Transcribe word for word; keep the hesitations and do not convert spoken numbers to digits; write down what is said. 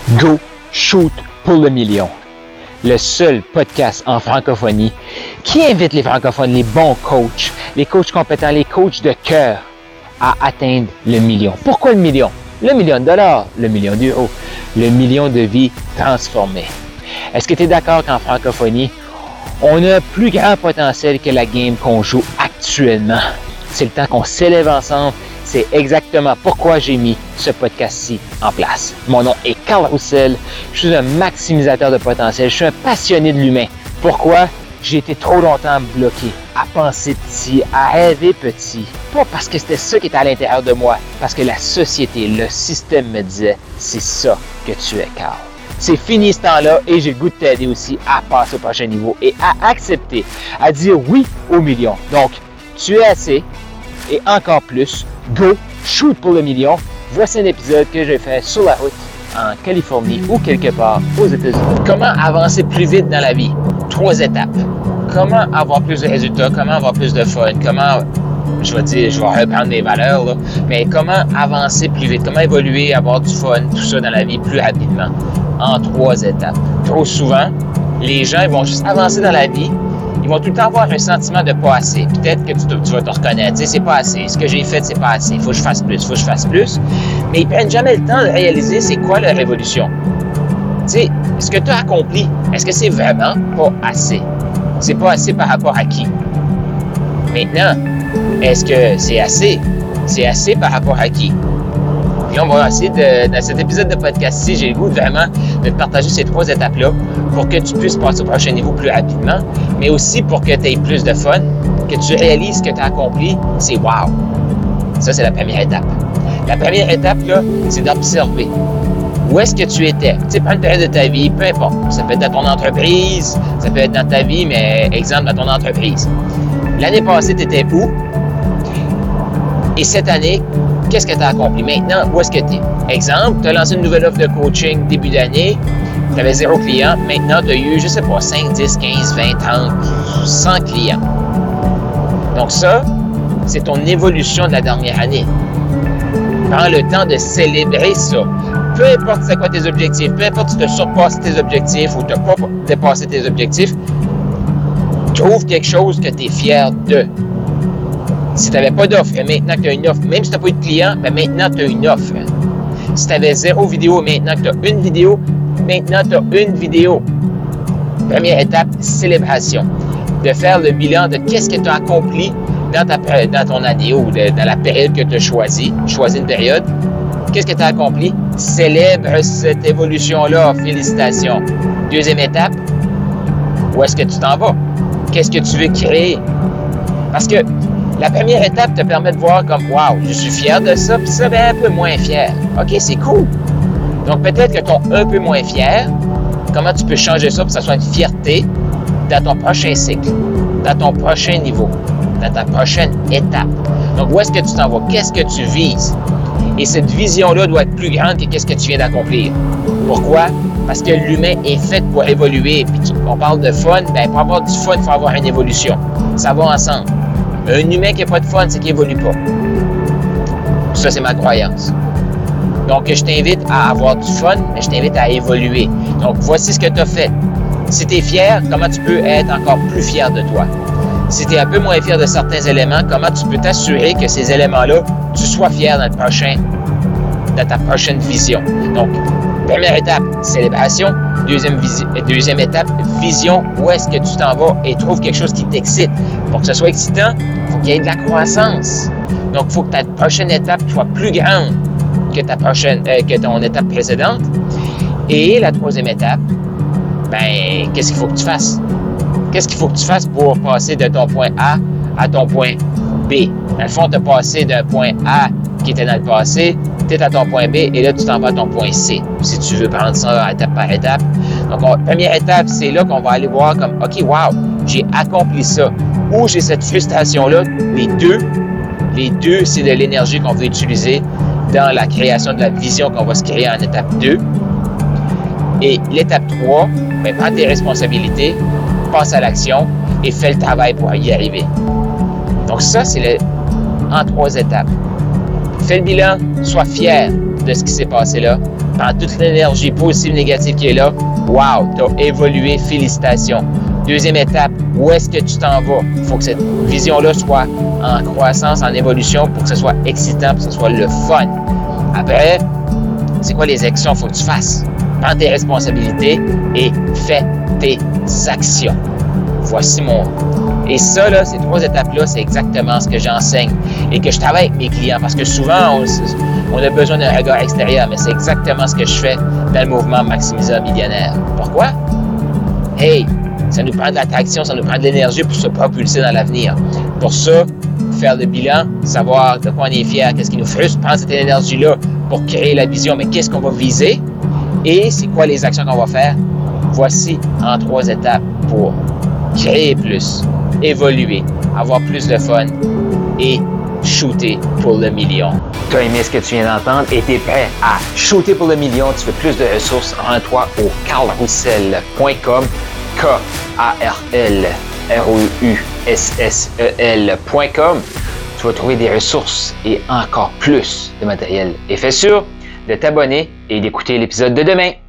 Go Shoot pour le million, le seul podcast en francophonie qui invite les francophones, les bons coachs, les coachs compétents, les coachs de cœur à atteindre le million. Pourquoi le million? Le million de dollars, le million d'euros, le million de vies transformées. Est-ce que tu es d'accord qu'en francophonie, on a un plus grand potentiel que la game qu'on joue actuellement? C'est le temps qu'on s'élève ensemble. C'est exactement pourquoi j'ai mis ce podcast-ci en place. Mon nom est Carl Roussel. Je suis un maximisateur de potentiel. Je suis un passionné de l'humain. Pourquoi? J'ai été trop longtemps bloqué à penser petit, à rêver petit. Pas parce que c'était ça qui était à l'intérieur de moi, parce que la société, le système me disait « c'est ça que tu es, Carl ». C'est fini ce temps-là et j'ai le goût de t'aider aussi à passer au prochain niveau et à accepter, à dire oui au million. Donc, tu es assez et encore plus. Go, shoot pour le million. Voici un épisode que j'ai fait sur la route en Californie ou quelque part aux États-Unis. Comment avancer plus vite dans la vie? Trois étapes. Comment avoir plus de résultats? Comment avoir plus de fun? Comment, je vais dire, je vais reprendre mes valeurs, là, mais comment avancer plus vite? Comment évoluer, avoir du fun, tout ça dans la vie plus rapidement? En trois étapes. Trop souvent, les gens ils vont juste avancer dans la vie. Ils vont tout le temps avoir un sentiment de pas assez. Peut-être que tu, te, tu vas te reconnaître. Tu sais, c'est pas assez. Ce que j'ai fait, c'est pas assez. Il faut que je fasse plus. Il faut que je fasse plus. Mais ils prennent jamais le temps de réaliser c'est quoi leur évolution. Tu sais, ce que tu as accompli, est-ce que c'est vraiment pas assez? C'est pas assez par rapport à qui? Maintenant, est-ce que c'est assez? C'est assez par rapport à qui? Puis on va essayer de, dans cet épisode de podcast-ci, j'ai le goût de vraiment de te partager ces trois étapes-là pour que tu puisses passer au prochain niveau plus rapidement, mais aussi pour que tu aies plus de fun, que tu réalises ce que tu as accompli, c'est wow! Ça, c'est la première étape. La première étape, là, c'est d'observer. Où est-ce que tu étais? Tu sais, prends une période de ta vie, peu importe. Ça peut être dans ton entreprise, ça peut être dans ta vie, mais exemple, dans ton entreprise. L'année passée, tu étais où? Et cette année, qu'est-ce que tu as accompli? Maintenant, où est-ce que tu es? Exemple, tu as lancé une nouvelle offre de coaching début d'année, tu avais zéro client, maintenant tu as eu, je sais pas, cinq, dix, quinze, vingt, trente, cent clients. Donc ça, c'est ton évolution de la dernière année. Prends le temps de célébrer ça. Peu importe c'est quoi tes objectifs, peu importe si tu as surpassé tes objectifs ou tu n'as pas dépassé tes objectifs, trouve quelque chose que tu es fier de. Si tu n'avais pas d'offre, maintenant que tu as une offre, même si tu n'as pas eu de client, ben maintenant tu as une offre. Si tu avais zéro vidéo, maintenant que tu as une vidéo, maintenant tu as une vidéo. Première étape, célébration. De faire le bilan de qu'est-ce que tu as accompli dans, ta, dans ton année ou de, dans la période que tu as choisie. Choisis une période. Qu'est-ce que tu as accompli? Célèbre cette évolution-là. Félicitations. Deuxième étape, où est-ce que tu t'en vas? Qu'est-ce que tu veux créer? Parce que la première étape te permet de voir comme « Wow, je suis fier de ça, puis ça, ben un peu moins fier. » OK, c'est cool. Donc, peut-être que ton un peu moins fier, comment tu peux changer ça pour que ça soit une fierté dans ton prochain cycle, dans ton prochain niveau, dans ta prochaine étape. Donc, où est-ce que tu t'en vas? Qu'est-ce que tu vises? Et cette vision-là doit être plus grande que qu'est-ce que tu viens d'accomplir. Pourquoi? Parce que l'humain est fait pour évoluer. Puis, tu, on parle de fun, ben pour avoir du fun, il faut avoir une évolution. Ça va ensemble. Un humain qui n'a pas de fun, c'est qu'il n'évolue pas. Ça, c'est ma croyance. Donc, je t'invite à avoir du fun, mais je t'invite à évoluer. Donc, voici ce que tu as fait. Si tu es fier, comment tu peux être encore plus fier de toi? Si tu es un peu moins fier de certains éléments, comment tu peux t'assurer que ces éléments-là, tu sois fier dans, le prochain, dans ta prochaine vision? Donc, première étape, célébration. Deuxième, visi- deuxième étape, vision. Où est-ce que tu t'en vas et trouve quelque chose qui t'excite. Pour que ce soit excitant, il faut qu'il y ait de la croissance. Donc, il faut que ta prochaine étape soit plus grande que ta prochaine, euh, que ton étape précédente. Et la troisième étape, ben, qu'est-ce qu'il faut que tu fasses? Qu'est-ce qu'il faut que tu fasses pour passer de ton point A à ton point B? Dans le fond, tu as passé d'un point A qui était dans le passé, tu es à ton point B et là, tu t'en vas à ton point C. Si tu veux prendre ça étape par étape. Donc, on, première étape, c'est là qu'on va aller voir comme, OK, wow, j'ai accompli ça. Ou j'ai cette frustration-là. Les deux, les deux, c'est de l'énergie qu'on veut utiliser dans la création de la vision qu'on va se créer en étape deux. Et l'étape trois, ben, prends tes responsabilités, passe à l'action et fais le travail pour y arriver. Donc ça, c'est le, en trois étapes. Fais le bilan, sois fier de ce qui s'est passé là. Prends toute l'énergie positive, négative qui est là. Wow, tu as évolué, félicitations. Deuxième étape, où est-ce que tu t'en vas? Il faut que cette vision-là soit en croissance, en évolution pour que ce soit excitant, pour que ce soit le fun. Après, c'est quoi les actions qu'il faut que tu fasses? Prends tes responsabilités et fais tes actions. Voici mon... Et ça, là, ces trois étapes-là, c'est exactement ce que j'enseigne et que je travaille avec mes clients parce que souvent, on, on a besoin d'un regard extérieur, mais c'est exactement ce que je fais dans le mouvement Maximiseur Millionnaire. Pourquoi? Hey, ça nous prend de l'attraction, ça nous prend de l'énergie pour se propulser dans l'avenir. Pour ça, faire le bilan, savoir de quoi on est fier, qu'est-ce qui nous frustre, prendre cette énergie-là pour créer la vision, mais qu'est-ce qu'on va viser et c'est quoi les actions qu'on va faire? Voici en trois étapes pour créer plus, évoluer, avoir plus de fun et shooter pour le million. Tu as aimé ce que tu viens d'entendre et tu es prêt à shooter pour le million. Tu veux plus de ressources, rends-toi au carl roussel point com, K A R L R O U S S E L point com. Tu vas trouver des ressources et encore plus de matériel. Et fais sûr de t'abonner et d'écouter l'épisode de demain.